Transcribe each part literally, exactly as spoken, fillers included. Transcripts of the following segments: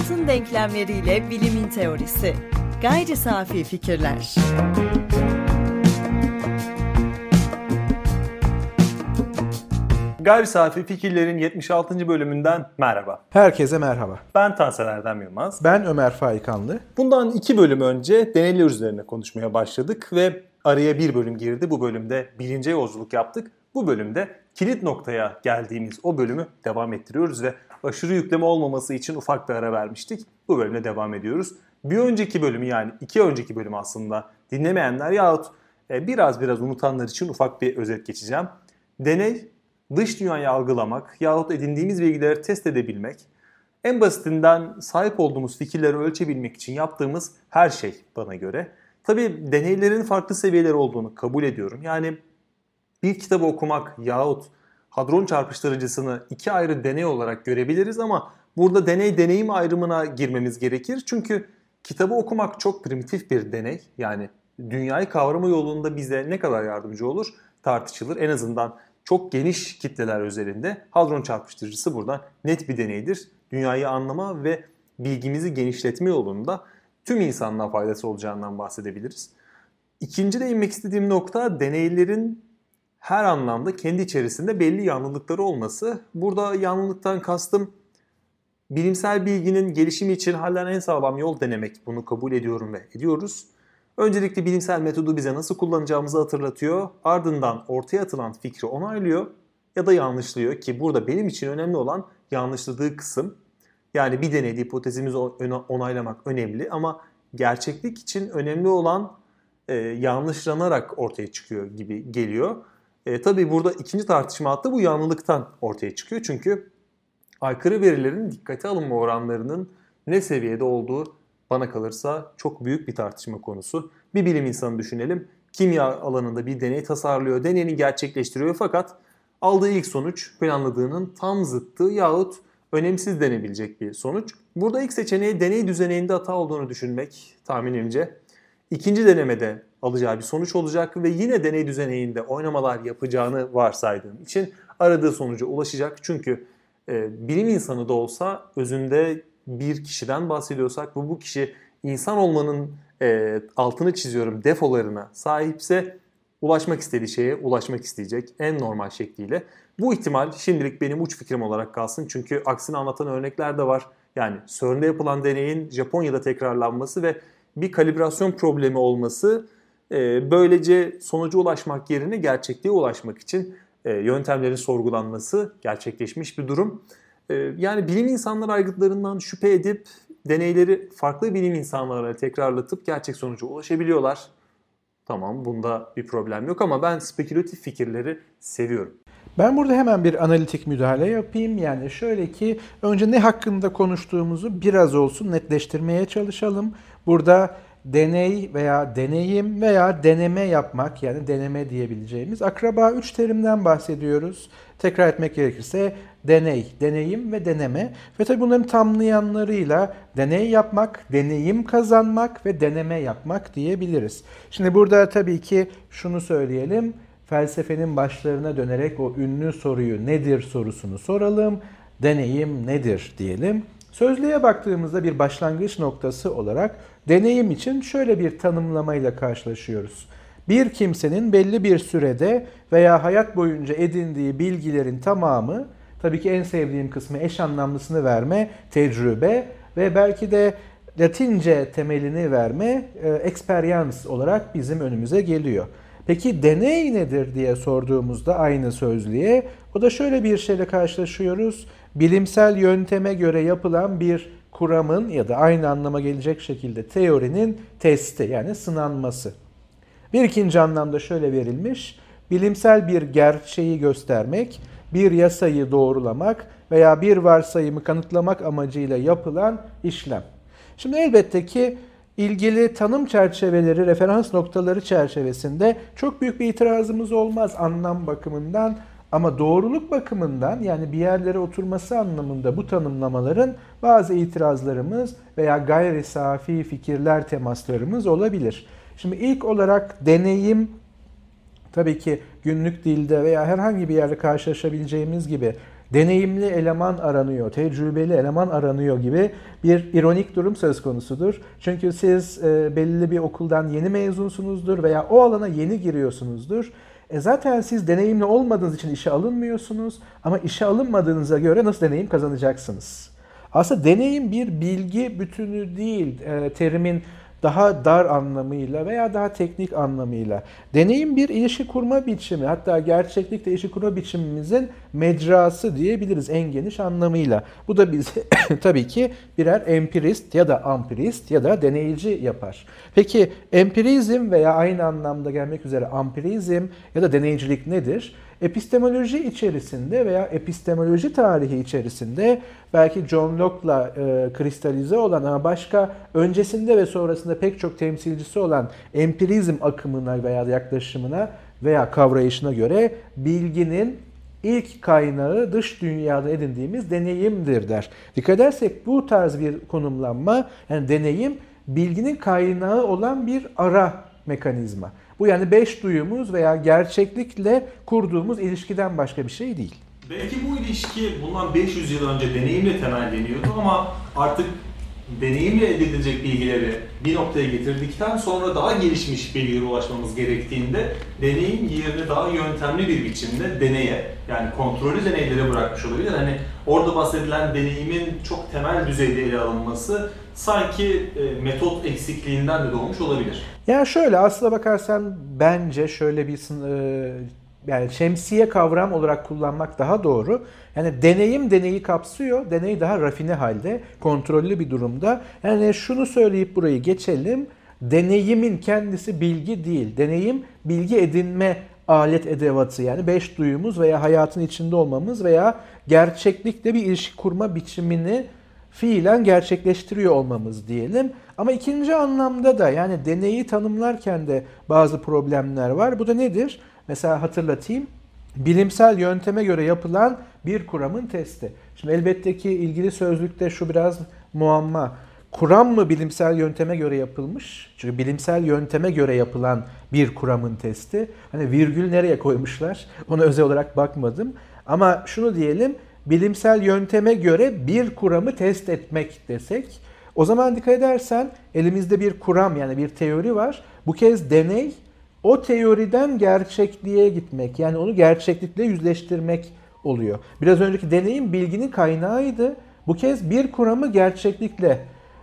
hayatın denklemleriyle bilimin teorisi. Gayri safi fikirler. Gayri safi fikirlerin yetmiş altıncı bölümünden merhaba. Herkese merhaba. Ben Tansel Erdem Yılmaz. Ben Ömer Faikanlı. Bundan iki bölüm önce deneyler üzerine konuşmaya başladık ve araya bir bölüm girdi. Bu bölümde bilince yolculuk yaptık. Bu bölümde kilit noktaya geldiğimiz o bölümü devam ettiriyoruz ve aşırı yükleme olmaması için ufak bir ara vermiştik. Bu bölümde devam ediyoruz. Bir önceki bölümü, yani iki önceki bölüm aslında dinlemeyenler yahut biraz biraz unutanlar için ufak bir özet geçeceğim. Deney, dış dünyayı algılamak yahut edindiğimiz bilgileri test edebilmek, en basitinden sahip olduğumuz fikirleri ölçebilmek için yaptığımız her şey bana göre. Tabii deneylerin farklı seviyeleri olduğunu kabul ediyorum. Yani bir kitabı okumak yahut hadron çarpıştırıcısını iki ayrı deney olarak görebiliriz ama burada deney deneyim ayrımına girmemiz gerekir. Çünkü kitabı okumak çok primitif bir deney. Yani dünyayı kavrama yolunda bize ne kadar yardımcı olur tartışılır. En azından çok geniş kitleler üzerinde hadron çarpıştırıcısı burada net bir deneydir. Dünyayı anlama ve bilgimizi genişletme yolunda tüm insanlığa faydası olacağından bahsedebiliriz. İkinci değinmek istediğim nokta deneylerin her anlamda kendi içerisinde belli yanlılıkları olması. Burada yanlılıktan kastım bilimsel bilginin gelişimi için halen en sağlam yol denemek. Bunu kabul ediyorum ve ediyoruz. Öncelikle bilimsel metodu bize nasıl kullanacağımızı hatırlatıyor. Ardından ortaya atılan fikri onaylıyor ya da yanlışlıyor ki burada benim için önemli olan yanlışladığı kısım. Yani bir deneyde hipotezimizi onaylamak önemli ama gerçeklik için önemli olan e, yanlışlanarak ortaya çıkıyor gibi geliyor. E, tabii burada ikinci tartışma hattı bu yanlılıktan ortaya çıkıyor. Çünkü aykırı verilerin dikkate alınma oranlarının ne seviyede olduğu bana kalırsa çok büyük bir tartışma konusu. Bir bilim insanı düşünelim. Kimya alanında bir deney tasarlıyor, deneyini gerçekleştiriyor fakat aldığı ilk sonuç planladığının tam zıttı yahut önemsiz denebilecek bir sonuç. Burada ilk seçeneği deney düzeninde hata olduğunu düşünmek tahminimce. İkinci denemede alacağı bir sonuç olacak ve yine deney düzeninde oynamalar yapacağını varsaydığım için aradığı sonuca ulaşacak. Çünkü e, bilim insanı da olsa özünde bir kişiden bahsediyorsak ve bu kişi insan olmanın e, altını çiziyorum defolarına sahipse ulaşmak istediği şeye ulaşmak isteyecek en normal şekliyle. Bu ihtimal şimdilik benim uç fikrim olarak kalsın çünkü aksini anlatan örnekler de var. Yani CERN'de yapılan deneyin Japonya'da tekrarlanması ve bir kalibrasyon problemi olması e, böylece sonuca ulaşmak yerine gerçekliğe ulaşmak için e, yöntemlerin sorgulanması gerçekleşmiş bir durum. Yani bilim insanları aygıtlarından şüphe edip deneyleri farklı bilim insanlarına tekrarlatıp gerçek sonuca ulaşabiliyorlar. Tamam, bunda bir problem yok ama ben spekülatif fikirleri seviyorum. Ben burada hemen bir analitik müdahale yapayım. Yani şöyle ki önce ne hakkında konuştuğumuzu biraz olsun netleştirmeye çalışalım. Burada deney veya deneyim veya deneme yapmak, yani deneme diyebileceğimiz akraba üç terimden bahsediyoruz. Tekrar etmek gerekirse deney, deneyim ve deneme. Ve tabii bunların tamlayanlarıyla deney yapmak, deneyim kazanmak ve deneme yapmak diyebiliriz. Şimdi burada tabii ki şunu söyleyelim. Felsefenin başlarına dönerek o ünlü soruyu nedir sorusunu soralım. Deneyim nedir diyelim. Sözlüğe baktığımızda bir başlangıç noktası olarak deneyim için şöyle bir tanımlamayla karşılaşıyoruz. Bir kimsenin belli bir sürede veya hayat boyunca edindiği bilgilerin tamamı, tabii ki en sevdiğim kısmı eş anlamlısını verme, tecrübe ve belki de Latince temelini verme, experience olarak bizim önümüze geliyor. Peki deney nedir diye sorduğumuzda aynı sözlüğe, o da şöyle bir şeyle karşılaşıyoruz. Bilimsel yönteme göre yapılan bir kuramın ya da aynı anlama gelecek şekilde teorinin testi, yani sınanması. Bir ikinci anlamda şöyle verilmiş, bilimsel bir gerçeği göstermek, bir yasayı doğrulamak veya bir varsayımı kanıtlamak amacıyla yapılan işlem. Şimdi elbette ki ilgili tanım çerçeveleri, referans noktaları çerçevesinde çok büyük bir itirazımız olmaz anlam bakımından. Ama doğruluk bakımından, yani bir yerlere oturması anlamında bu tanımlamaların bazı itirazlarımız veya gayri safi fikirler temaslarımız olabilir. Şimdi ilk olarak deneyim, tabii ki günlük dilde veya herhangi bir yerde karşılaşabileceğimiz gibi deneyimli eleman aranıyor, tecrübeli eleman aranıyor gibi bir ironik durum söz konusudur. Çünkü siz e, belli bir okuldan yeni mezunsunuzdur veya o alana yeni giriyorsunuzdur. E zaten siz deneyimli olmadığınız için işe alınmıyorsunuz ama işe alınmadığınıza göre nasıl deneyim kazanacaksınız? Aslında deneyim bir bilgi bütünü değil, e, terimin daha dar anlamıyla veya daha teknik anlamıyla. Deneyim bir ilişki kurma biçimi, hatta gerçeklikle ilişki kurma biçimimizin mecrası diyebiliriz en geniş anlamıyla. Bu da bizi tabii ki birer empirist ya da ampirist ya da deneyici yapar. Peki empirizm veya aynı anlamda gelmek üzere ampirizm ya da deneyicilik nedir? Epistemoloji içerisinde veya epistemoloji tarihi içerisinde belki John Locke'la e, kristalize olan ama başka öncesinde ve sonrasında pek çok temsilcisi olan empirizm akımına veya yaklaşımına veya kavrayışına göre bilginin ilk kaynağı dış dünyada edindiğimiz deneyimdir der. Dikkat edersek bu tarz bir konumlanma, yani deneyim bilginin kaynağı olan bir ara mekanizma. Bu yani beş duyumuz veya gerçeklikle kurduğumuz ilişkiden başka bir şey değil. Belki bu ilişki bundan beş yüz yıl önce deneyimle temelleniyordu ama artık deneyimle elde edilecek bilgileri bir noktaya getirdikten sonra daha gelişmiş bilgilere ulaşmamız gerektiğinde deneyim yerini daha yöntemli bir biçimde deneye, yani kontrollü deneylere bırakmış olabilir. Hani orada bahsedilen deneyimin çok temel düzeyde ele alınması sanki e, metot eksikliğinden de doğmuş olabilir. Yani şöyle, aslına bakarsan bence şöyle bir e, yani şemsiye kavram olarak kullanmak daha doğru. Yani deneyim deneyi kapsıyor, deney daha rafine halde, kontrollü bir durumda. Yani şunu söyleyip burayı geçelim, deneyimin kendisi bilgi değil, deneyim bilgi edinme alet edevatı, yani beş duyumuz veya hayatın içinde olmamız veya gerçeklikle bir ilişki kurma biçimini fiilen gerçekleştiriyor olmamız diyelim. Ama ikinci anlamda da, yani deneyi tanımlarken de bazı problemler var. Bu da nedir? Mesela hatırlatayım. Bilimsel yönteme göre yapılan bir kuramın testi. Şimdi elbette ki ilgili sözlükte şu biraz muamma. Kuram mı bilimsel yönteme göre yapılmış? Çünkü bilimsel yönteme göre yapılan bir kuramın testi. Hani virgül nereye koymuşlar? Ona özel olarak bakmadım. Ama şunu diyelim, bilimsel yönteme göre bir kuramı test etmek desek, o zaman dikkat edersen elimizde bir kuram, yani bir teori var. Bu kez deney, o teoriden gerçekliğe gitmek, yani onu gerçeklikle yüzleştirmek oluyor. Biraz önceki deneyim bilginin kaynağıydı. Bu kez bir kuramı gerçeklikle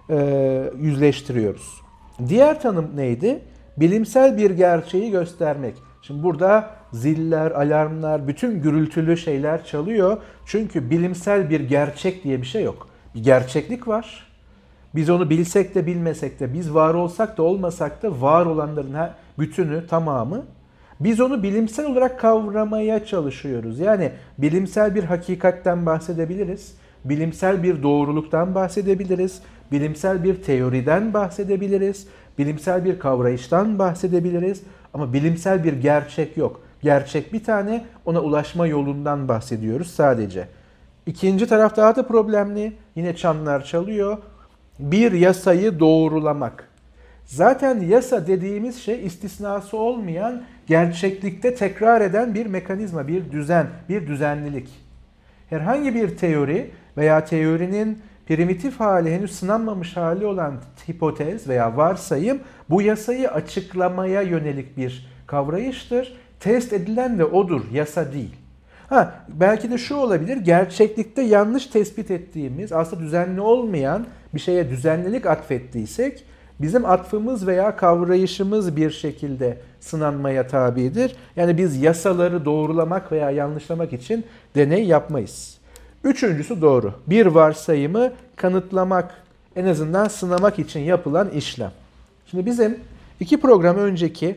e, yüzleştiriyoruz. Diğer tanım neydi? Bilimsel bir gerçeği göstermek. Şimdi burada ziller, alarmlar, bütün gürültülü şeyler çalıyor. Çünkü bilimsel bir gerçek diye bir şey yok. Bir gerçeklik var. Biz onu bilsek de bilmesek de, biz var olsak da olmasak da var olanların her bütünü, tamamı. Biz onu bilimsel olarak kavramaya çalışıyoruz. Yani bilimsel bir hakikatten bahsedebiliriz. Bilimsel bir doğruluktan bahsedebiliriz. Bilimsel bir teoriden bahsedebiliriz. Bilimsel bir kavrayıştan bahsedebiliriz. Ama bilimsel bir gerçek yok. Gerçek bir tane, ona ulaşma yolundan bahsediyoruz sadece. İkinci taraf daha da problemli. Yine çanlar çalıyor. Bir yasayı doğrulamak. Zaten yasa dediğimiz şey istisnası olmayan, gerçeklikte tekrar eden bir mekanizma, bir düzen, bir düzenlilik. Herhangi bir teori veya teorinin primitif hali, henüz sınanmamış hali olan hipotez veya varsayım, bu yasayı açıklamaya yönelik bir kavrayıştır. Test edilen de odur, yasa değil. Ha, belki de şu olabilir, gerçeklikte yanlış tespit ettiğimiz, aslında düzenli olmayan bir şeye düzenlilik atfettiysek, bizim atfımız veya kavrayışımız bir şekilde sınanmaya tabidir. Yani biz yasaları doğrulamak veya yanlışlamak için deney yapmayız. Üçüncüsü doğru. Bir varsayımı kanıtlamak, en azından sınamak için yapılan işlem. Şimdi bizim iki program önceki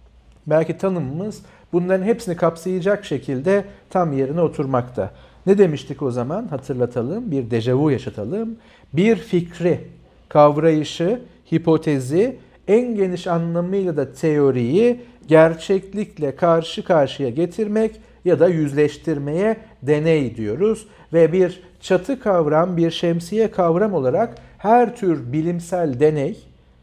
belki tanımımız bunların hepsini kapsayacak şekilde tam yerine oturmakta. Ne demiştik o zaman? Hatırlatalım, bir dejavu yaşatalım. Bir fikri, kavrayışı, hipotezi, en geniş anlamıyla da teoriyi gerçeklikle karşı karşıya getirmek ya da yüzleştirmeye deney diyoruz. Ve bir çatı kavram, bir şemsiye kavram olarak her tür bilimsel deney,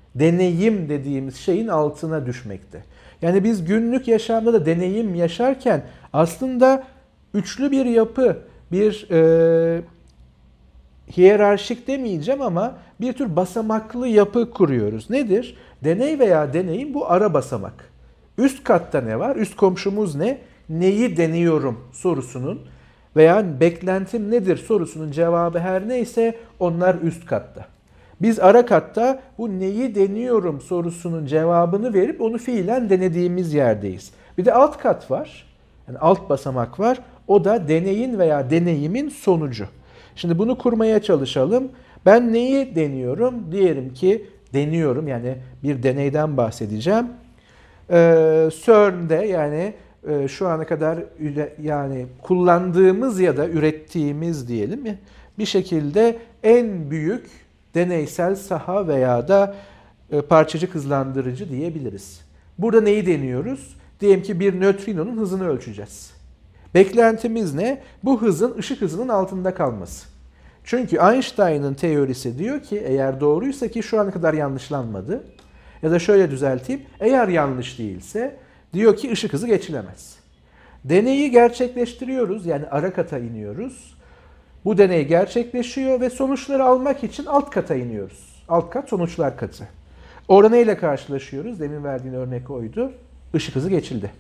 deneyim dediğimiz şeyin altına düşmekte. Yani biz günlük yaşamda da deneyim yaşarken aslında üçlü bir yapı, bir e, hiyerarşik demeyeceğim ama bir tür basamaklı yapı kuruyoruz. Nedir? Deney veya deneyim bu ara basamak. Üst katta ne var? Üst komşumuz ne? Neyi deniyorum sorusunun veya beklentim nedir sorusunun cevabı her neyse onlar üst katta. Biz ara katta bu neyi deniyorum sorusunun cevabını verip onu fiilen denediğimiz yerdeyiz. Bir de alt kat var. Yani alt basamak var. O da deneyin veya deneyimin sonucu. Şimdi bunu kurmaya çalışalım. Ben neyi deniyorum? Diyelim ki deniyorum, yani bir deneyden bahsedeceğim. Ee, CERN'de yani e, şu ana kadar üre, yani kullandığımız ya da ürettiğimiz diyelim mi, bir şekilde en büyük deneysel saha veya da e, parçacık hızlandırıcı diyebiliriz. Burada neyi deniyoruz? Diyelim ki bir nötrinonun hızını ölçeceğiz. Beklentimiz ne? Bu hızın ışık hızının altında kalması. Çünkü Einstein'ın teorisi diyor ki eğer doğruysa, ki şu ana kadar yanlışlanmadı, ya da şöyle düzelteyim, eğer yanlış değilse diyor ki ışık hızı geçilemez. Deneyi gerçekleştiriyoruz, yani ara kata iniyoruz. Bu deney gerçekleşiyor ve sonuçları almak için alt kata iniyoruz. Alt kat sonuçlar katı. Orada neyle karşılaşıyoruz? Demin verdiğin örnek oydu. Işık hızı geçildi.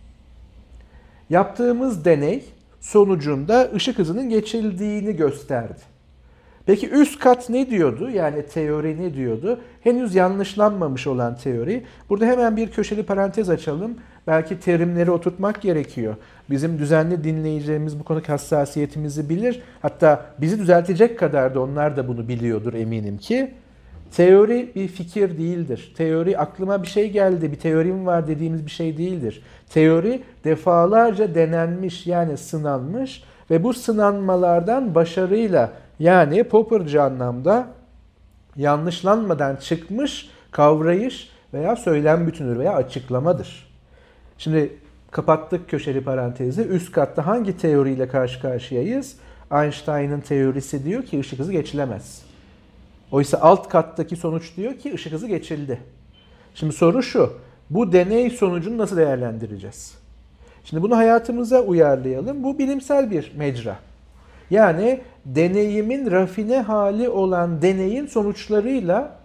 Yaptığımız deney sonucunda ışık hızının geçildiğini gösterdi. Peki üst kat ne diyordu? Yani teori ne diyordu? Henüz yanlışlanmamış olan teori. Burada hemen bir köşeli parantez açalım. Belki terimleri oturtmak gerekiyor. Bizim düzenli dinleyicilerimiz bu konudaki hassasiyetimizi bilir. Hatta bizi düzeltecek kadar da onlar da bunu biliyordur eminim ki. Teori bir fikir değildir. Teori aklıma bir şey geldi, bir teorim var dediğimiz bir şey değildir. Teori defalarca denenmiş, yani sınanmış ve bu sınanmalardan başarıyla, yani Popper'cı anlamda yanlışlanmadan çıkmış kavrayış veya söylem bütünüdür veya açıklamadır. Şimdi kapattık köşeli parantezi. Üst katta hangi teoriyle karşı karşıyayız? Einstein'ın teorisi diyor ki ışık hızı geçilemez. Oysa alt kattaki sonuç diyor ki ışık hızı geçildi. Şimdi soru şu, bu deney sonucunu nasıl değerlendireceğiz? Şimdi bunu hayatımıza uyarlayalım. Bu bilimsel bir mecra. Yani deneyimin rafine hali olan deneyin sonuçlarıyla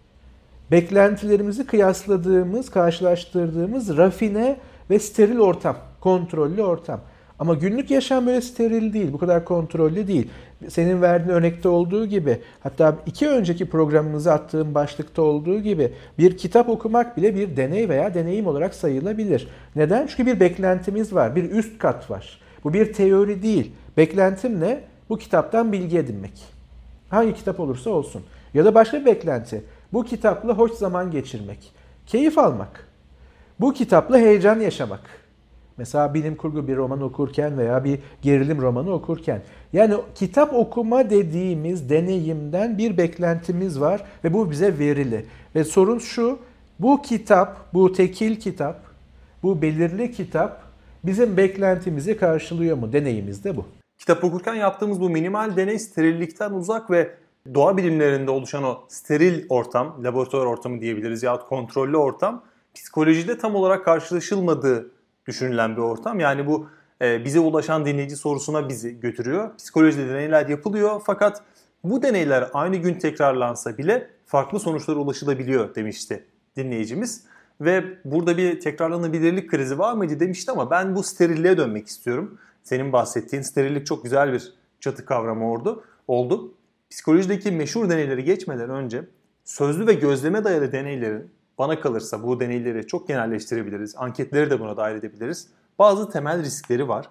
beklentilerimizi kıyasladığımız, karşılaştırdığımız rafine ve steril ortam, kontrollü ortam. Ama günlük yaşam böyle steril değil, bu kadar kontrollü değil. Senin verdiğin örnekte olduğu gibi, hatta iki önceki programımıza attığım başlıkta olduğu gibi bir kitap okumak bile bir deney veya deneyim olarak sayılabilir. Neden? Çünkü bir beklentimiz var, bir üst kat var. Bu bir teori değil. Beklentim ne? Bu kitaptan bilgi edinmek. Hangi kitap olursa olsun. Ya da başka bir beklenti. Bu kitapla hoş zaman geçirmek. Keyif almak. Bu kitapla heyecan yaşamak. Mesela bilim kurgu bir roman okurken veya bir gerilim romanı okurken. Yani kitap okuma dediğimiz deneyimden bir beklentimiz var ve bu bize verili. Ve sorun şu, bu kitap, bu tekil kitap, bu belirli kitap bizim beklentimizi karşılıyor mu? Deneyimiz de bu. Kitap okurken yaptığımız bu minimal deney sterillikten uzak ve doğa bilimlerinde oluşan o steril ortam, laboratuvar ortamı diyebiliriz yahut kontrollü ortam, psikolojide tam olarak karşılaşılmadığı düşünülen bir ortam. Yani bu e, bize ulaşan dinleyici sorusuna bizi götürüyor. Psikolojide deneyler yapılıyor fakat bu deneyler aynı gün tekrarlansa bile farklı sonuçlara ulaşılabiliyor demişti dinleyicimiz. Ve burada bir tekrarlanabilirlik krizi var mıydı demişti ama ben bu sterilliğe dönmek istiyorum. Senin bahsettiğin sterillik çok güzel bir çatı kavramı oldu. oldu. Psikolojideki meşhur deneyleri geçmeden önce sözlü ve gözleme dayalı deneylerin, bana kalırsa bu deneyleri çok genelleştirebiliriz. Anketleri de buna dahil edebiliriz. Bazı temel riskleri var.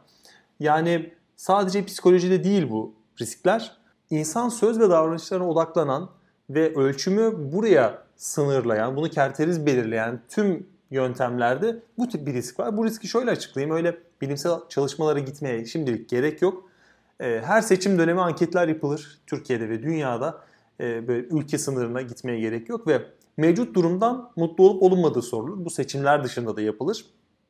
Yani sadece psikolojide değil bu riskler. İnsan söz ve davranışlarına odaklanan ve ölçümü buraya sınırlayan, bunu kerteriz belirleyen tüm yöntemlerde bu tip bir risk var. Bu riski şöyle açıklayayım. Öyle bilimsel çalışmalara gitmeye şimdilik gerek yok. Her seçim dönemi anketler yapılır. Türkiye'de ve dünyada böyle ülke sınırına gitmeye gerek yok ve mevcut durumdan mutlu olup olunmadığı sorulur. Bu seçimler dışında da yapılır.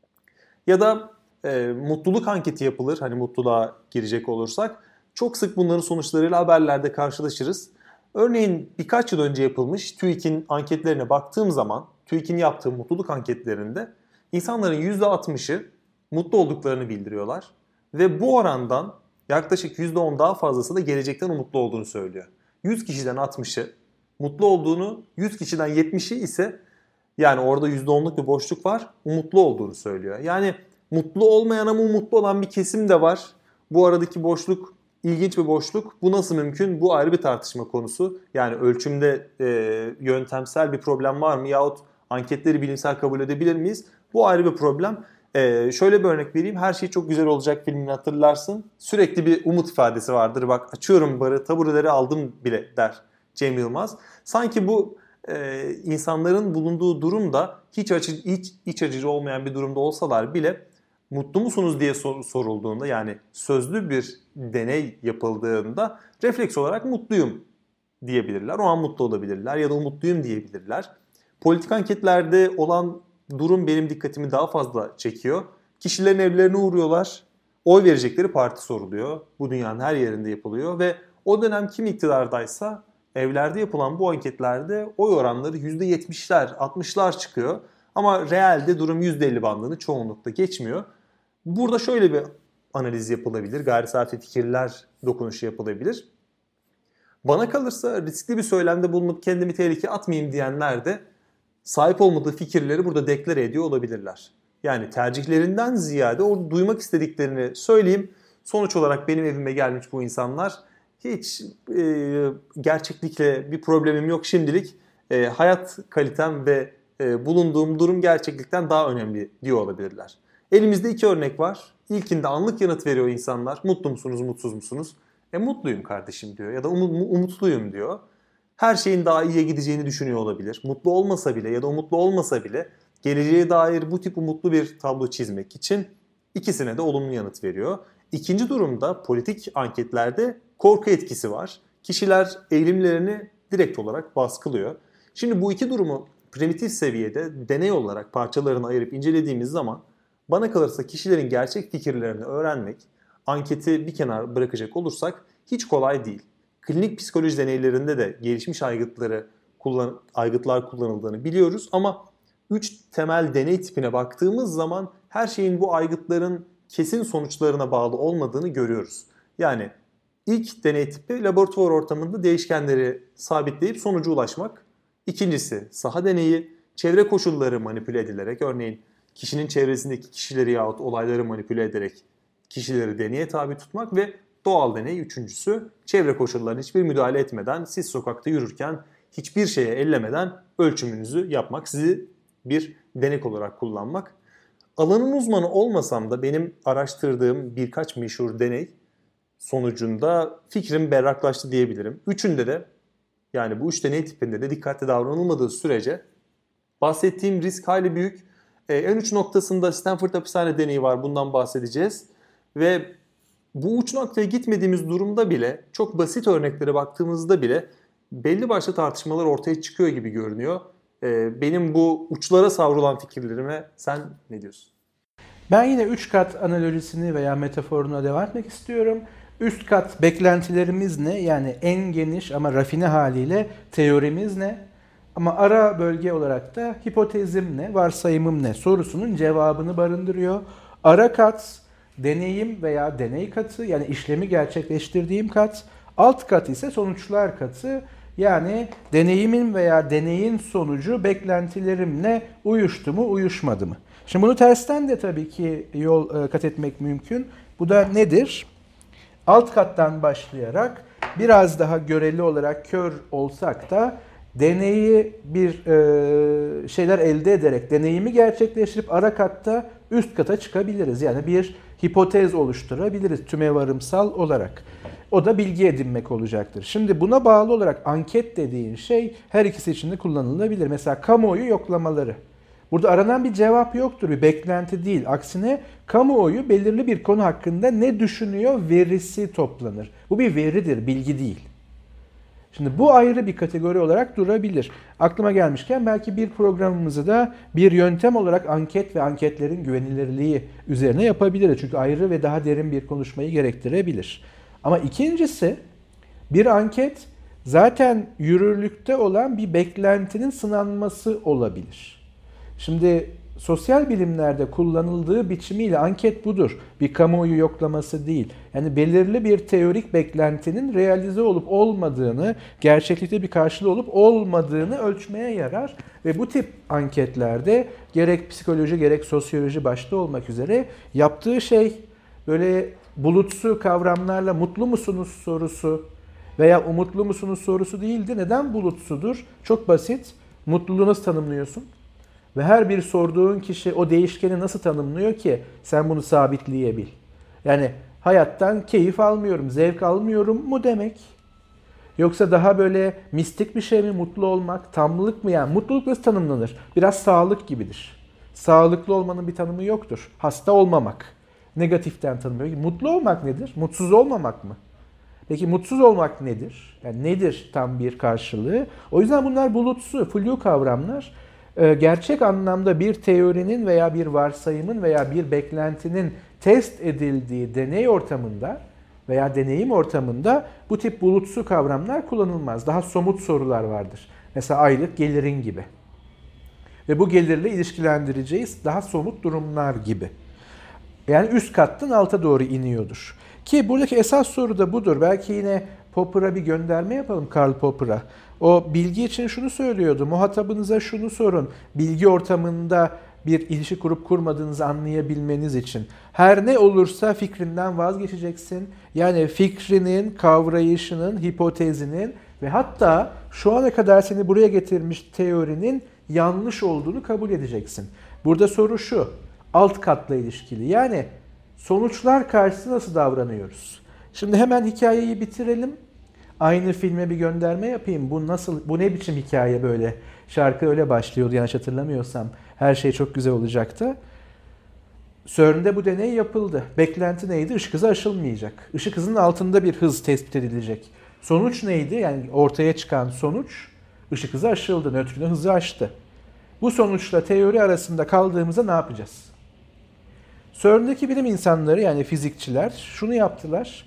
Ya da e, mutluluk anketi yapılır. Hani mutluluğa girecek olursak. Çok sık bunların sonuçlarıyla haberlerde karşılaşırız. Örneğin birkaç yıl önce yapılmış TÜİK'in anketlerine baktığım zaman, TÜİK'in yaptığı mutluluk anketlerinde insanların yüzde altmışı mutlu olduklarını bildiriyorlar. Ve bu orandan yaklaşık yüzde on daha fazlası da gelecekten umutlu olduğunu söylüyor. yüz kişiden altmışı mutlu olduğunu, yüz kişiden yetmişi ise yani orada yüzde onluk bir boşluk var, umutlu olduğunu söylüyor. Yani mutlu olmayan ama umutlu olan bir kesim de var. Bu aradaki boşluk ilginç bir boşluk. Bu nasıl mümkün? Bu ayrı bir tartışma konusu. Yani ölçümde e, yöntemsel bir problem var mı? Yahut anketleri bilimsel kabul edebilir miyiz? Bu ayrı bir problem. Ee, şöyle bir örnek vereyim. Her şey çok güzel olacak filmini hatırlarsın. Sürekli bir umut ifadesi vardır. Bak açıyorum barı, tabureleri aldım bile der Cem Yılmaz. Sanki bu e, insanların bulunduğu durumda hiç, açı, hiç iç açıcı olmayan bir durumda olsalar bile mutlu musunuz diye sor, sorulduğunda yani sözlü bir deney yapıldığında refleks olarak mutluyum diyebilirler. O an mutlu olabilirler ya da umutluyum diyebilirler. Politik anketlerde olan durum benim dikkatimi daha fazla çekiyor. Kişilerin evlerine uğruyorlar. Oy verecekleri parti soruluyor. Bu dünyanın her yerinde yapılıyor ve o dönem kim iktidardaysa evlerde yapılan bu anketlerde oy oranları yüzde yetmişler, altmışlar çıkıyor. Ama realde durum yüzde elli bandını çoğunlukla geçmiyor. Burada şöyle bir analiz yapılabilir. Gayri safi fikirler dokunuşu yapılabilir. Bana kalırsa riskli bir söylemde bulunup kendimi tehlikeye atmayayım diyenler de sahip olmadığı fikirleri burada deklare ediyor olabilirler. Yani tercihlerinden ziyade o duymak istediklerini söyleyeyim. Sonuç olarak benim evime gelmiş bu insanlar hiç e, gerçeklikle bir problemim yok şimdilik. E, hayat kalitem ve e, bulunduğum durum gerçeklikten daha önemli diyor olabilirler. Elimizde iki örnek var. İlkinde anlık yanıt veriyor insanlar. Mutlu musunuz, mutsuz musunuz? E mutluyum kardeşim diyor ya da um- umutluyum diyor. Her şeyin daha iyiye gideceğini düşünüyor olabilir. Mutlu olmasa bile ya da umutlu olmasa bile geleceğe dair bu tip umutlu bir tablo çizmek için ikisine de olumlu yanıt veriyor. İkinci durumda politik anketlerde korku etkisi var. Kişiler eğilimlerini direkt olarak baskılıyor. Şimdi bu iki durumu primitif seviyede deney olarak parçalarını ayırıp incelediğimiz zaman bana kalırsa kişilerin gerçek fikirlerini öğrenmek, anketi bir kenara bırakacak olursak hiç kolay değil. Klinik psikoloji deneylerinde de gelişmiş aygıtları kullan, aygıtlar kullanıldığını biliyoruz ama üç temel deney tipine baktığımız zaman her şeyin bu aygıtların kesin sonuçlarına bağlı olmadığını görüyoruz. Yani ilk deney tipi laboratuvar ortamında değişkenleri sabitleyip sonuca ulaşmak. İkincisi saha deneyi, çevre koşulları manipüle edilerek örneğin kişinin çevresindeki kişileri yahut olayları manipüle ederek kişileri deneye tabi tutmak ve doğal deney üçüncüsü çevre koşullarına hiçbir müdahale etmeden siz sokakta yürürken hiçbir şeye ellemeden ölçümünüzü yapmak, sizi bir denek olarak kullanmak. Alanın uzmanı olmasam da benim araştırdığım birkaç meşhur deney sonucunda fikrim berraklaştı diyebilirim. Üçünde de yani bu üç deney tipinde de dikkatli davranılmadığı sürece bahsettiğim risk hayli büyük. Ee, en uç noktasında Stanford hapishane deneyi var, bundan bahsedeceğiz. Ve bu uç noktaya gitmediğimiz durumda bile çok basit örneklere baktığımızda bile belli başlı tartışmalar ortaya çıkıyor gibi görünüyor. Ee, benim bu uçlara savrulan fikirlerime sen ne diyorsun? Ben yine üç kat analojisini veya metaforuna devam etmek istiyorum. Üst kat beklentilerimiz ne? Yani en geniş ama rafine haliyle teorimiz ne? Ama ara bölge olarak da hipotezim ne, varsayımım ne sorusunun cevabını barındırıyor. Ara kat deneyim veya deney katı, yani işlemi gerçekleştirdiğim kat. Alt kat ise sonuçlar katı. Yani deneyimin veya deneyin sonucu beklentilerimle uyuştu mu, uyuşmadı mı? Şimdi bunu tersten de tabii ki yol kat etmek mümkün. Bu da nedir? Alt kattan başlayarak biraz daha göreli olarak kör olsak da deneyi bir e, şeyler elde ederek deneyimi gerçekleştirip ara katta üst kata çıkabiliriz. Yani bir hipotez oluşturabiliriz tümevarımsal olarak. O da bilgi edinmek olacaktır. Şimdi buna bağlı olarak anket dediğin şey her ikisi için de kullanılabilir. Mesela kamuoyu yoklamaları. Burada aranan bir cevap yoktur, bir beklenti değil. Aksine kamuoyu belirli bir konu hakkında ne düşünüyor verisi toplanır. Bu bir veridir, bilgi değil. Şimdi bu ayrı bir kategori olarak durabilir. Aklıma gelmişken belki bir programımızı da bir yöntem olarak anket ve anketlerin güvenilirliği üzerine yapabiliriz. Çünkü ayrı ve daha derin bir konuşmayı gerektirebilir. Ama ikincisi, bir anket zaten yürürlükte olan bir beklentinin sınanması olabilir. Şimdi sosyal bilimlerde kullanıldığı biçimiyle anket budur. Bir kamuoyu yoklaması değil. Yani belirli bir teorik beklentinin realize olup olmadığını, gerçeklikte bir karşılığı olup olmadığını ölçmeye yarar. Ve bu tip anketlerde gerek psikoloji gerek sosyoloji başta olmak üzere yaptığı şey böyle bulutsu kavramlarla mutlu musunuz sorusu veya umutlu musunuz sorusu değildi. Neden bulutsudur? Çok basit. Mutluluğu nasıl tanımlıyorsun? Ve her bir sorduğun kişi o değişkeni nasıl tanımlıyor ki sen bunu sabitleyebil? Yani hayattan keyif almıyorum, zevk almıyorum mu demek? Yoksa daha böyle mistik bir şey mi mutlu olmak, tamlık mı? Yani mutluluk nasıl tanımlanır? Biraz sağlık gibidir. Sağlıklı olmanın bir tanımı yoktur. Hasta olmamak. Negatiften tanımlıyor. Mutlu olmak nedir? Mutsuz olmamak mı? Peki mutsuz olmak nedir? Yani nedir tam bir karşılığı? O yüzden bunlar bulutsu, flu kavramlar. Gerçek anlamda bir teorinin veya bir varsayımın veya bir beklentinin test edildiği deney ortamında veya deneyim ortamında bu tip bulutsu kavramlar kullanılmaz. Daha somut sorular vardır. Mesela aylık gelirin gibi. Ve bu gelirle ilişkilendireceğiz daha somut durumlar gibi. Yani üst kattan alta doğru iniyordur. Ki buradaki esas soru da budur. Belki yine Popper'a bir gönderme yapalım, Karl Popper'a. O bilgi için şunu söylüyordu. Muhatabınıza şunu sorun. Bilgi ortamında bir ilişki kurup kurmadığınızı anlayabilmeniz için. Her ne olursa fikrinden vazgeçeceksin. Yani fikrinin, kavrayışının, hipotezinin ve hatta şu ana kadar seni buraya getirmiş teorinin yanlış olduğunu kabul edeceksin. Burada soru şu. Alt katla ilişkili. Yani sonuçlar karşısında nasıl davranıyoruz? Şimdi hemen hikayeyi bitirelim. Aynı filme bir gönderme yapayım. Bu nasıl, bu ne biçim hikaye böyle? Şarkı öyle başlıyordu yanlış hatırlamıyorsam. Her şey çok güzel olacaktı. CERN'de bu deney yapıldı. Beklenti neydi? Işık hızı aşılmayacak. Işık hızının altında bir hız tespit edilecek. Sonuç neydi? Yani ortaya çıkan sonuç ışık hızı aşıldı. Nötrino hızı aştı. Bu sonuçla teori arasında kaldığımızda ne yapacağız? CERN'deki bilim insanları yani fizikçiler şunu yaptılar.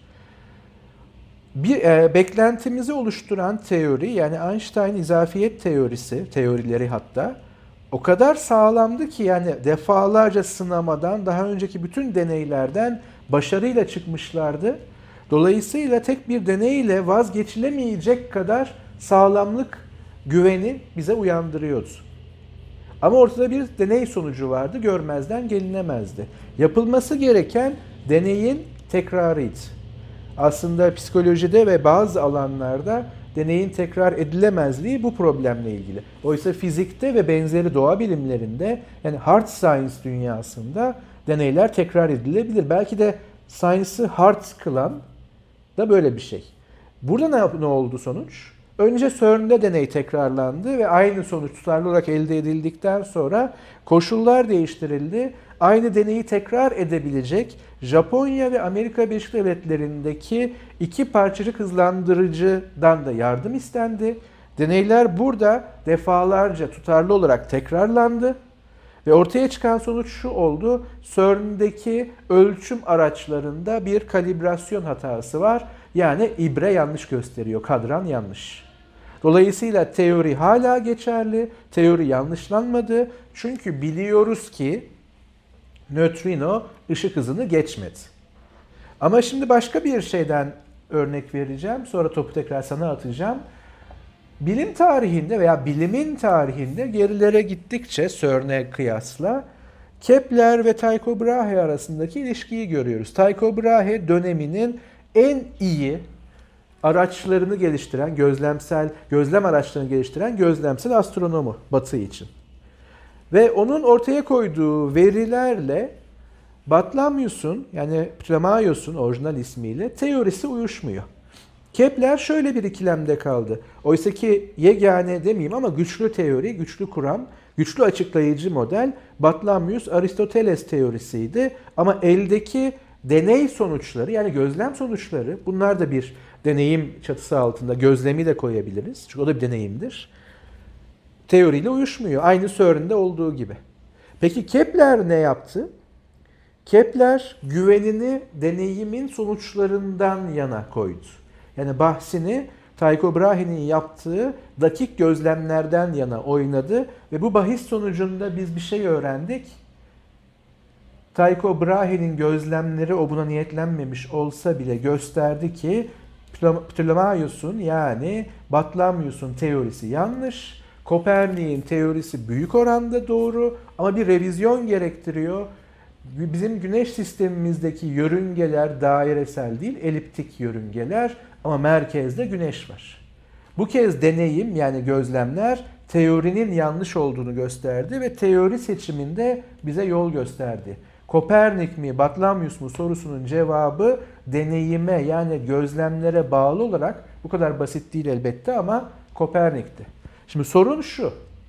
Bir e, beklentimizi oluşturan teori yani Einstein izafiyet teorisi, teorileri hatta o kadar sağlamdı ki yani defalarca sınamadan daha önceki bütün deneylerden başarıyla çıkmışlardı. Dolayısıyla tek bir deneyle vazgeçilemeyecek kadar sağlamlık güveni bize uyandırıyordu. Ama ortada bir deney sonucu vardı, görmezden gelinemezdi. Yapılması gereken deneyin tekrarıydı. Aslında psikolojide ve bazı alanlarda deneyin tekrar edilemezliği bu problemle ilgili. Oysa fizikte ve benzeri doğa bilimlerinde yani hard science dünyasında deneyler tekrar edilebilir. Belki de science'ı hard kılan da böyle bir şey. Burada ne, ne oldu sonuç? Önce CERN'de deney tekrarlandı ve aynı sonuç tutarlı olarak elde edildikten sonra koşullar değiştirildi. Aynı deneyi tekrar edebilecek Japonya ve Amerika Birleşik Devletleri'ndeki iki parçacık hızlandırıcıdan da yardım istendi. Deneyler burada defalarca tutarlı olarak tekrarlandı. Ve ortaya çıkan sonuç şu oldu. CERN'deki ölçüm araçlarında bir kalibrasyon hatası var. Yani ibre yanlış gösteriyor, kadran yanlış. Dolayısıyla teori hala geçerli, teori yanlışlanmadı. Çünkü biliyoruz ki nötrino ışık hızını geçmedi. Ama şimdi başka bir şeyden örnek vereceğim. Sonra topu tekrar sana atacağım. Bilim tarihinde veya bilimin tarihinde gerilere gittikçe CERN'e kıyasla Kepler ve Tycho Brahe arasındaki ilişkiyi görüyoruz. Tycho Brahe döneminin en iyi araçlarını geliştiren, gözlemsel gözlem araçlarını geliştiren gözlemsel astronomu Batı için. Ve onun ortaya koyduğu verilerle Batlamyus'un yani Ptolemaios'un orijinal ismiyle teorisi uyuşmuyor. Kepler şöyle bir ikilemde kaldı. Oysa ki yegane demeyeyim ama güçlü teori, güçlü kuram, güçlü açıklayıcı model Batlamyus Aristoteles teorisiydi. Ama eldeki deney sonuçları yani gözlem sonuçları bunlar da bir deneyim çatısı altında gözlemi de koyabiliriz. Çünkü o da bir deneyimdir. Teoriyle uyuşmuyor. Aynı CERN'de olduğu gibi. Peki Kepler ne yaptı? Kepler güvenini deneyimin sonuçlarından yana koydu. Yani bahsini Tycho Brahe'nin yaptığı dakik gözlemlerden yana oynadı ve bu bahis sonucunda biz bir şey öğrendik. Tycho Brahe'nin gözlemleri o buna niyetlenmemiş olsa bile gösterdi ki Ptolemaios'un yani Batlamyus'un teorisi yanlış. Kopernik'in teorisi büyük oranda doğru ama bir revizyon gerektiriyor. Bizim güneş sistemimizdeki yörüngeler dairesel değil, eliptik yörüngeler ama merkezde güneş var. Bu kez deneyim yani gözlemler teorinin yanlış olduğunu gösterdi ve teori seçiminde bize yol gösterdi. Kopernik mi, Batlamyus mu sorusunun cevabı deneyime yani gözlemlere bağlı olarak bu kadar basit değil elbette ama Kopernik'ti. Şimdi sorun şu.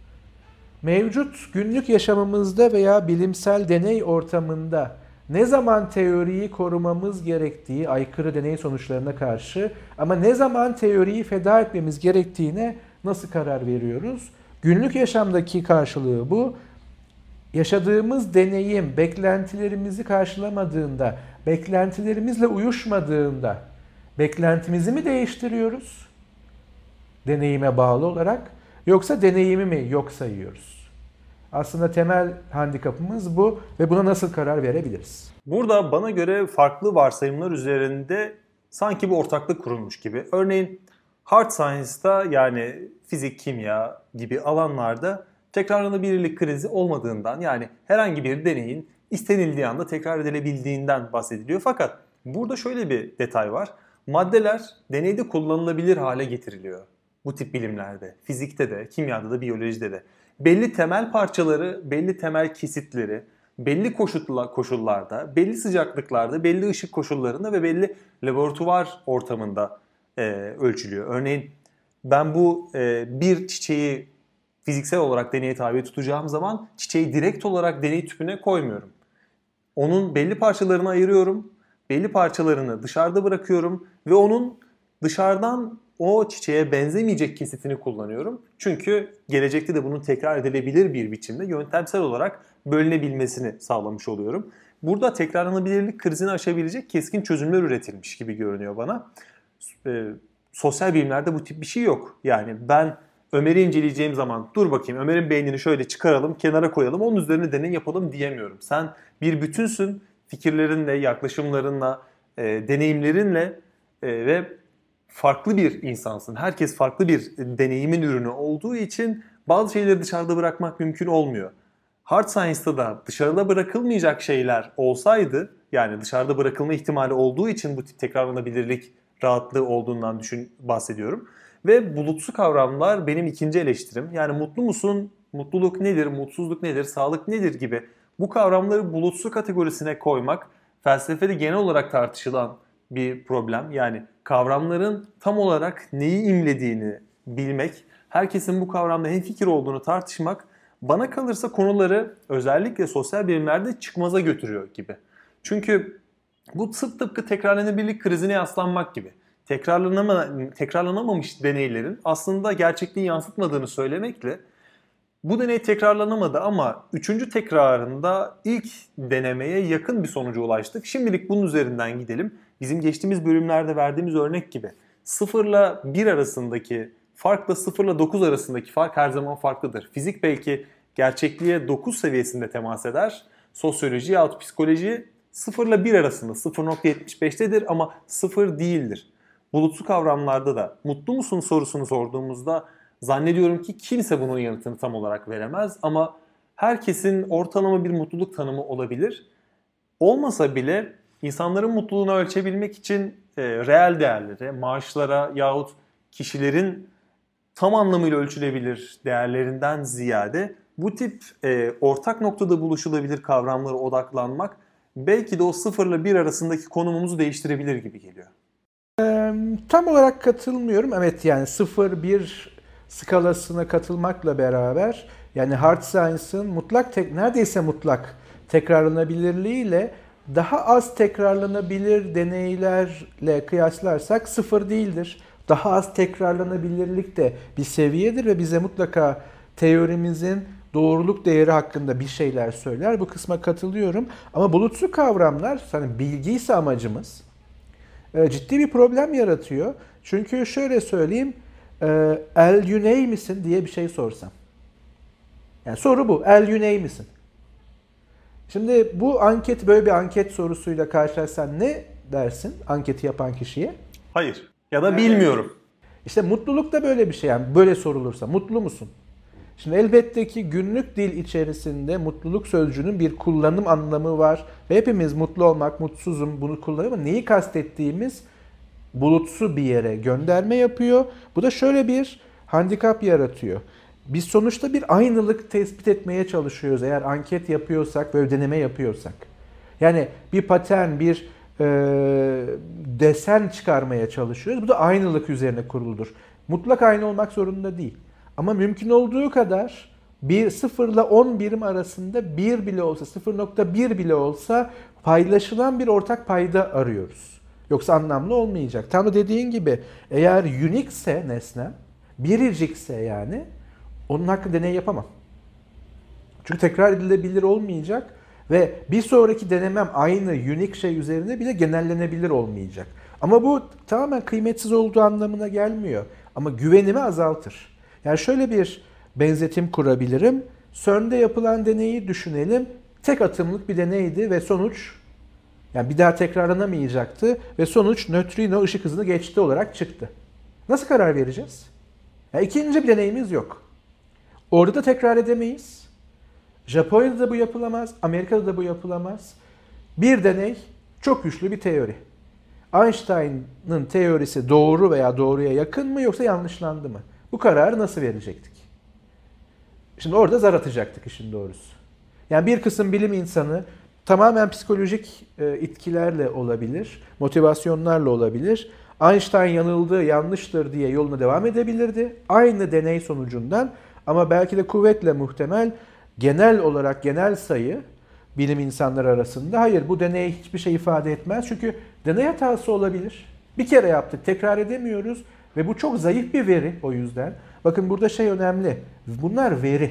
Mevcut günlük yaşamımızda veya bilimsel deney ortamında ne zaman teoriyi korumamız gerektiği aykırı deney sonuçlarına karşı ama ne zaman teoriyi feda etmemiz gerektiğine nasıl karar veriyoruz? Günlük yaşamdaki karşılığı bu. Yaşadığımız deneyim beklentilerimizi karşılamadığında, beklentilerimizle uyuşmadığında beklentimizi mi değiştiriyoruz? Deneyime bağlı olarak yoksa deneyimi mi yok sayıyoruz? Aslında temel handikapımız bu ve buna nasıl karar verebiliriz? Burada bana göre farklı varsayımlar üzerinde sanki bir ortaklık kurulmuş gibi. Örneğin hard science'da yani fizik, kimya gibi alanlarda tekrarlanabilirlik krizi olmadığından yani herhangi bir deneyin istenildiği anda tekrar edilebildiğinden bahsediliyor. Fakat burada şöyle bir detay var. Maddeler deneyde kullanılabilir hale getiriliyor. Bu tip bilimlerde, fizikte de, kimyada da, biyolojide de. Belli temel parçaları, belli temel kesitleri, belli koşullarda, belli sıcaklıklarda, belli ışık koşullarında ve belli laboratuvar ortamında e, ölçülüyor. Örneğin ben bu e, bir çiçeği fiziksel olarak deneye tabi tutacağım zaman çiçeği direkt olarak deney tüpüne koymuyorum. Onun belli parçalarını ayırıyorum, belli parçalarını dışarıda bırakıyorum ve onun dışarıdan o çiçeğe benzemeyecek kesitini kullanıyorum. Çünkü gelecekte de bunun tekrar edilebilir bir biçimde yöntemsel olarak bölünebilmesini sağlamış oluyorum. Burada tekrarlanabilirlik krizini aşabilecek keskin çözümler üretilmiş gibi görünüyor bana. E, sosyal bilimlerde bu tip bir şey yok. Yani ben Ömer'i inceleyeceğim zaman dur bakayım Ömer'in beynini şöyle çıkaralım, kenara koyalım, onun üzerine deney yapalım diyemiyorum. Sen bir bütünsün, fikirlerinle, yaklaşımlarınla, e, deneyimlerinle e, ve farklı bir insansın. Herkes farklı bir deneyimin ürünü olduğu için bazı şeyleri dışarıda bırakmak mümkün olmuyor. Hard Science'da da dışarıda bırakılmayacak şeyler olsaydı, yani dışarıda bırakılma ihtimali olduğu için bu tip tekrarlanabilirlik rahatlığı olduğundan düşün, bahsediyorum. Ve bulutsu kavramlar benim ikinci eleştirim. Yani mutlu musun, mutluluk nedir, mutsuzluk nedir, sağlık nedir gibi bu kavramları bulutsu kategorisine koymak felsefede genel olarak tartışılan bir problem. Yani kavramların tam olarak neyi imlediğini bilmek, herkesin bu kavramda hemfikir olduğunu tartışmak bana kalırsa konuları özellikle sosyal bilimlerde çıkmaza götürüyor gibi. Çünkü bu tıp tıpkı tekrarlanabilirlik krizine yaslanmak gibi. Tekrarlanama, tekrarlanamamış deneylerin aslında gerçekliği yansıtmadığını söylemekle bu deney tekrarlanamadı ama üçüncü tekrarında ilk denemeye yakın bir sonuca ulaştık. Şimdilik bunun üzerinden gidelim. Bizim geçtiğimiz bölümlerde verdiğimiz örnek gibi sıfır ile bir arasındaki farkla sıfır ile dokuz arasındaki fark her zaman farklıdır. Fizik belki gerçekliğe dokuz seviyesinde temas eder. Sosyoloji yahut psikoloji sıfır ile bir arasında sıfır nokta yetmiş beştedir ama sıfır değildir. Bulutsu kavramlarda da mutlu musun sorusunu sorduğumuzda zannediyorum ki kimse bunun yanıtını tam olarak veremez ama herkesin ortalama bir mutluluk tanımı olabilir. Olmasa bile insanların mutluluğunu ölçebilmek için e, reel değerlere, maaşlara yahut kişilerin tam anlamıyla ölçülebilir değerlerinden ziyade bu tip e, ortak noktada buluşulabilir kavramlara odaklanmak belki de o sıfırla bir arasındaki konumumuzu değiştirebilir gibi geliyor. Ee, tam olarak katılmıyorum. Evet yani sıfır bir skalasına katılmakla beraber yani hard science'ın mutlak tek, neredeyse mutlak tekrarlanabilirliğiyle daha az tekrarlanabilir deneylerle kıyaslarsak sıfır değildir. Daha az tekrarlanabilirlik de bir seviyedir ve bize mutlaka teorimizin doğruluk değeri hakkında bir şeyler söyler. Bu kısma katılıyorum. Ama bulutsu kavramlar, hani bilgi ise amacımız, e, ciddi bir problem yaratıyor. Çünkü şöyle söyleyeyim, e, El Güney misin diye bir şey sorsam. Yani soru bu, El Güney misin? Şimdi bu anket, böyle bir anket sorusuyla karşılaşsan ne dersin anketi yapan kişiye? Hayır. Ya da bilmiyorum. İşte mutluluk da böyle bir şey, yani böyle sorulursa mutlu musun? Şimdi elbette ki günlük dil içerisinde mutluluk sözcüğünün bir kullanım anlamı var. Ve hepimiz mutlu olmak, mutsuzum bunu kullanıyoruz ama neyi kastettiğimiz bulutsu bir yere gönderme yapıyor. Bu da şöyle bir handikap yaratıyor. Biz sonuçta bir aynılık tespit etmeye çalışıyoruz eğer anket yapıyorsak, böyle deneme yapıyorsak. Yani bir patern, bir e, desen çıkarmaya çalışıyoruz. Bu da aynılık üzerine kuruludur. Mutlak aynı olmak zorunda değil. Ama mümkün olduğu kadar bir sıfır ile on birim arasında bir bile olsa, sıfır nokta bir bile olsa paylaşılan bir ortak payda arıyoruz. Yoksa anlamlı olmayacak. Tam da dediğin gibi eğer unique ise nesne, biricikse yani onun hakkında deney yapamam. Çünkü tekrar edilebilir olmayacak ve bir sonraki denemem aynı unique şey üzerine bile genellenebilir olmayacak. Ama bu tamamen kıymetsiz olduğu anlamına gelmiyor. Ama güvenimi azaltır. Yani şöyle bir benzetim kurabilirim. CERN'de yapılan deneyi düşünelim. Tek atımlık bir deneydi ve sonuç, yani bir daha tekrarlanamayacaktı ve sonuç nötrino ışık hızını geçti olarak çıktı. Nasıl karar vereceğiz? Yani ikinci bir deneyimiz yok. Orada da tekrar edemeyiz. Japonya'da da bu yapılamaz, Amerika'da da bu yapılamaz. Bir deney, çok güçlü bir teori. Einstein'ın teorisi doğru veya doğruya yakın mı yoksa yanlışlandı mı? Bu kararı nasıl verecektik? Şimdi orada zar atacaktık işin doğrusu. Yani bir kısım bilim insanı tamamen psikolojik e, itkilerle olabilir, motivasyonlarla olabilir. Einstein yanıldı, yanlıştır diye yoluna devam edebilirdi. Aynı deney sonucundan ama belki de kuvvetle muhtemel genel olarak genel sayı bilim insanları arasında hayır bu deney hiçbir şey ifade etmez. Çünkü deney hatası olabilir. Bir kere yaptık, tekrar edemiyoruz ve bu çok zayıf bir veri o yüzden. Bakın burada şey önemli. Bunlar veri.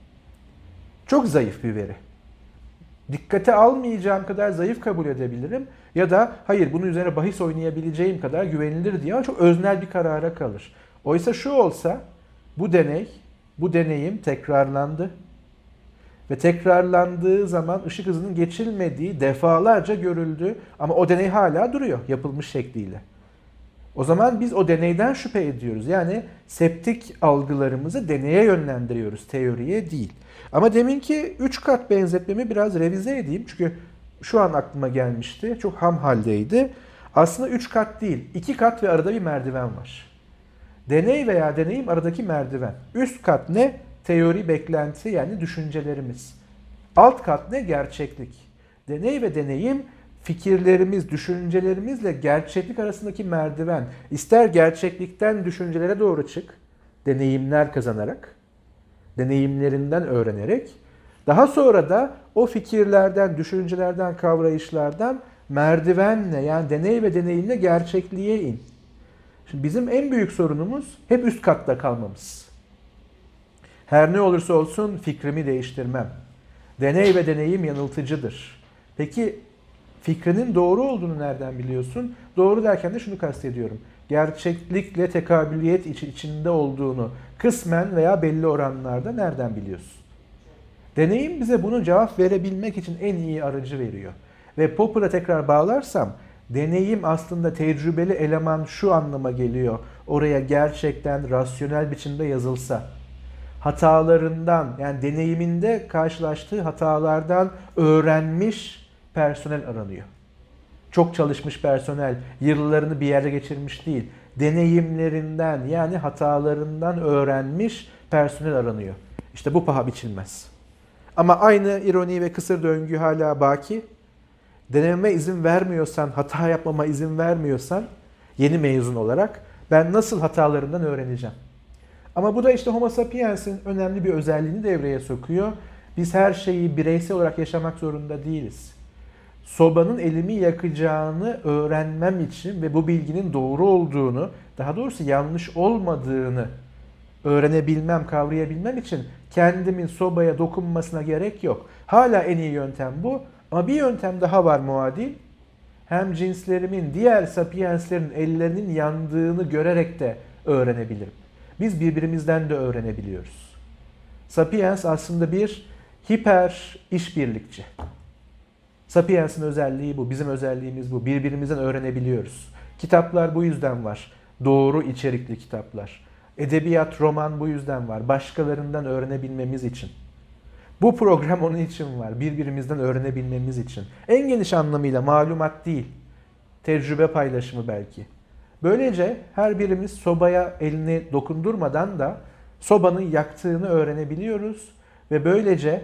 Çok zayıf bir veri. Dikkate almayacağım kadar zayıf kabul edebilirim. Ya da hayır bunun üzerine bahis oynayabileceğim kadar güvenilir diye ama çok öznel bir karara kalır. Oysa şu olsa bu deney, bu deneyim tekrarlandı. Ve tekrarlandığı zaman ışık hızının geçilmediği defalarca görüldü. Ama o deney hala duruyor yapılmış şekliyle. O zaman biz o deneyden şüphe ediyoruz. Yani septik algılarımızı deneye yönlendiriyoruz, teoriye değil. Ama deminki üç kat benzetmemi biraz revize edeyim. Çünkü şu an aklıma gelmişti. Çok ham haldeydi. Aslında üç kat değil, iki kat ve arada bir merdiven var. Deney veya deneyim aradaki merdiven. Üst kat ne? Teori, beklenti yani düşüncelerimiz. Alt kat ne? Gerçeklik. Deney ve deneyim fikirlerimiz, düşüncelerimizle gerçeklik arasındaki merdiven. İster gerçeklikten düşüncelere doğru çık, deneyimler kazanarak, deneyimlerinden öğrenerek, daha sonra da o fikirlerden, düşüncelerden, kavrayışlardan merdivenle yani deney ve deneyimle gerçekliğe in. Şimdi bizim en büyük sorunumuz hep üst katta kalmamız. Her ne olursa olsun fikrimi değiştirmem. Deney ve deneyim yanıltıcıdır. Peki fikrinin doğru olduğunu nereden biliyorsun? Doğru derken de şunu kastediyorum. Gerçeklikle tekabüliyet içinde olduğunu kısmen veya belli oranlarda nereden biliyorsun? Deneyim bize bunu cevap verebilmek için en iyi aracı veriyor. Ve Popper'a tekrar bağlarsam, deneyim aslında tecrübeli eleman şu anlama geliyor. Oraya gerçekten rasyonel biçimde yazılsa, hatalarından yani deneyiminde karşılaştığı hatalardan öğrenmiş personel aranıyor. Çok çalışmış personel, yıllarını bir yerde geçirmiş değil, deneyimlerinden yani hatalarından öğrenmiş personel aranıyor. İşte bu paha biçilmez. Ama aynı ironi ve kısır döngü hala baki. Denememe izin vermiyorsan, hata yapmama izin vermiyorsan yeni mezun olarak ben nasıl hatalarından öğreneceğim? Ama bu da işte Homo sapiens'in önemli bir özelliğini devreye sokuyor. Biz her şeyi bireysel olarak yaşamak zorunda değiliz. Sobanın elimi yakacağını öğrenmem için ve bu bilginin doğru olduğunu, daha doğrusu yanlış olmadığını öğrenebilmem, kavrayabilmem için kendimin sobaya dokunmasına gerek yok. Hala en iyi yöntem bu. Ama bir yöntem daha var muadil. hem cinslerimin, diğer sapienslerin ellerinin yandığını görerek de öğrenebilirim. Biz birbirimizden de öğrenebiliyoruz. Sapiens aslında bir hiper işbirlikçi. Sapiens'in özelliği bu, bizim özelliğimiz bu. Birbirimizden öğrenebiliyoruz. Kitaplar bu yüzden var. Doğru içerikli kitaplar. Edebiyat, roman bu yüzden var. Başkalarından öğrenebilmemiz için. Bu program onun için var. Birbirimizden öğrenebilmemiz için. En geniş anlamıyla malumat değil. Tecrübe paylaşımı belki. Böylece her birimiz sobaya elini dokundurmadan da sobanın yaktığını öğrenebiliyoruz. Ve böylece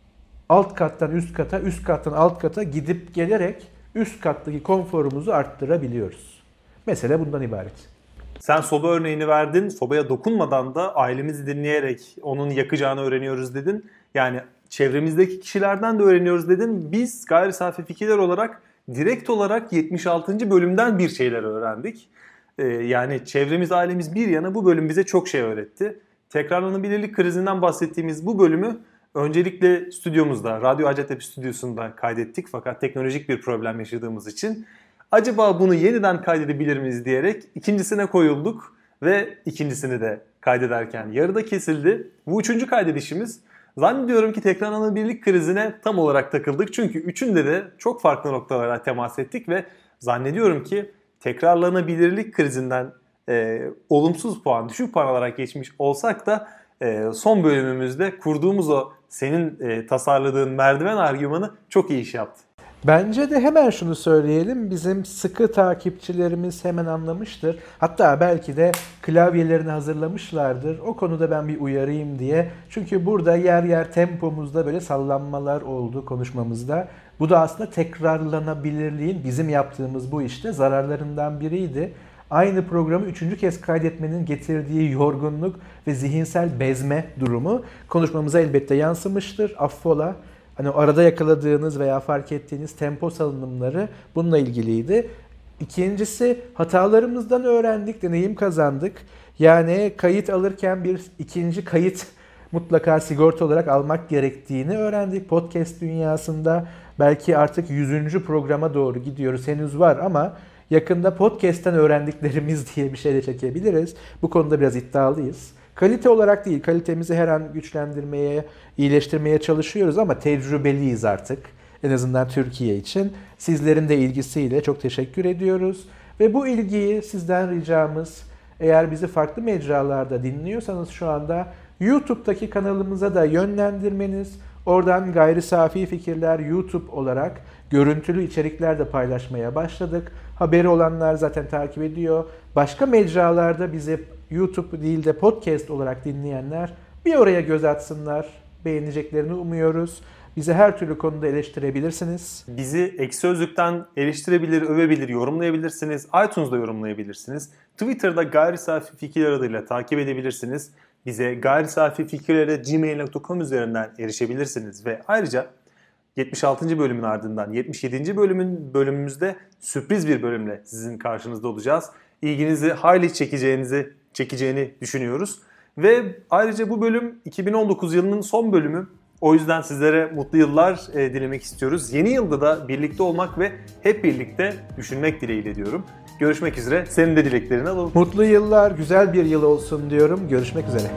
alt kattan üst kata, üst kattan alt kata gidip gelerek üst kattaki konforumuzu arttırabiliyoruz. Mesele bundan ibaret. Sen soba örneğini verdin. Sobaya dokunmadan da ailemizi dinleyerek onun yakacağını öğreniyoruz dedin. Yani çevremizdeki kişilerden de öğreniyoruz dedin. Biz gayri safi fikirler olarak direkt olarak yetmiş altıncı bölümden bir şeyler öğrendik. Ee, yani çevremiz, ailemiz bir yana bu bölüm bize çok şey öğretti. Tekrarlanabilirlik krizinden bahsettiğimiz bu bölümü öncelikle stüdyomuzda, Radyo Hacettepe stüdyosunda kaydettik. Fakat teknolojik bir problem yaşadığımız için acaba bunu yeniden kaydedebilir miyiz diyerek ikincisine koyulduk ve ikincisini de kaydederken yarıda kesildi. Bu üçüncü kaydedişimiz. Zannediyorum ki tekrarlanabilirlik krizine tam olarak takıldık. Çünkü üçünde de çok farklı noktalara temas ettik ve zannediyorum ki tekrarlanabilirlik krizinden e, olumsuz puan, düşük puan alarak geçmiş olsak da e, son bölümümüzde kurduğumuz o senin e, tasarladığın merdiven argümanı çok iyi iş yaptı. Bence de hemen şunu söyleyelim. Bizim sıkı takipçilerimiz hemen anlamıştır. Hatta belki de klavyelerini hazırlamışlardır. O konuda ben bir uyarayım diye. Çünkü burada yer yer tempomuzda böyle sallanmalar oldu konuşmamızda. Bu da aslında tekrarlanabilirliğin bizim yaptığımız bu işte zararlarından biriydi. Aynı programı üçüncü kez kaydetmenin getirdiği yorgunluk ve zihinsel bezme durumu konuşmamıza elbette yansımıştır. Affola. Hani arada yakaladığınız veya fark ettiğiniz tempo salınımları bununla ilgiliydi. İkincisi, hatalarımızdan öğrendik, deneyim kazandık. Yani kayıt alırken bir ikinci kayıt mutlaka sigorta olarak almak gerektiğini öğrendik. Podcast dünyasında belki artık yüzüncü programa doğru gidiyoruz. Henüz var ama yakında podcast'ten öğrendiklerimiz diye bir şey de çekebiliriz. Bu konuda biraz iddialıyız. Kalite olarak değil, kalitemizi her an güçlendirmeye, iyileştirmeye çalışıyoruz ama tecrübeliyiz artık. En azından Türkiye için. Sizlerin de ilgisiyle çok teşekkür ediyoruz. Ve bu ilgiyi sizden ricamız, eğer bizi farklı mecralarda dinliyorsanız şu anda YouTube'daki kanalımıza da yönlendirmeniz, oradan Gayri Safi Fikirler YouTube olarak görüntülü içerikler de paylaşmaya başladık. Haberi olanlar zaten takip ediyor. Başka mecralarda bizi YouTube değil de podcast olarak dinleyenler bir oraya göz atsınlar. Beğeneceklerini umuyoruz. Bizi her türlü konuda eleştirebilirsiniz. Bizi Ekşi Sözlük'ten eleştirebilir, övebilir, yorumlayabilirsiniz. iTunes'da yorumlayabilirsiniz. Twitter'da Gayri Safi Fikirler adıyla takip edebilirsiniz. Bize gayrisafifikirlere gmail nokta com üzerinden erişebilirsiniz. Ve ayrıca yetmiş altıncı bölümün ardından yetmiş yedinci bölümün bölümümüzde sürpriz bir bölümle sizin karşınızda olacağız. İlginizi hayli çekeceğinizi çekeceğini düşünüyoruz. Ve ayrıca bu bölüm iki bin on dokuz yılının son bölümü. O yüzden sizlere mutlu yıllar e, dilemek istiyoruz. Yeni yılda da birlikte olmak ve hep birlikte düşünmek dileğiyle diyorum. Görüşmek üzere. Senin de dileklerini alalım. Mutlu yıllar, güzel bir yıl olsun diyorum. Görüşmek üzere.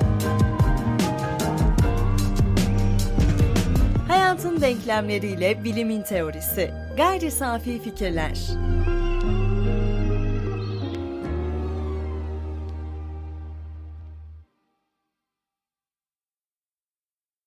Hayatın denklemleriyle bilimin teorisi. Gayri safi fikirler.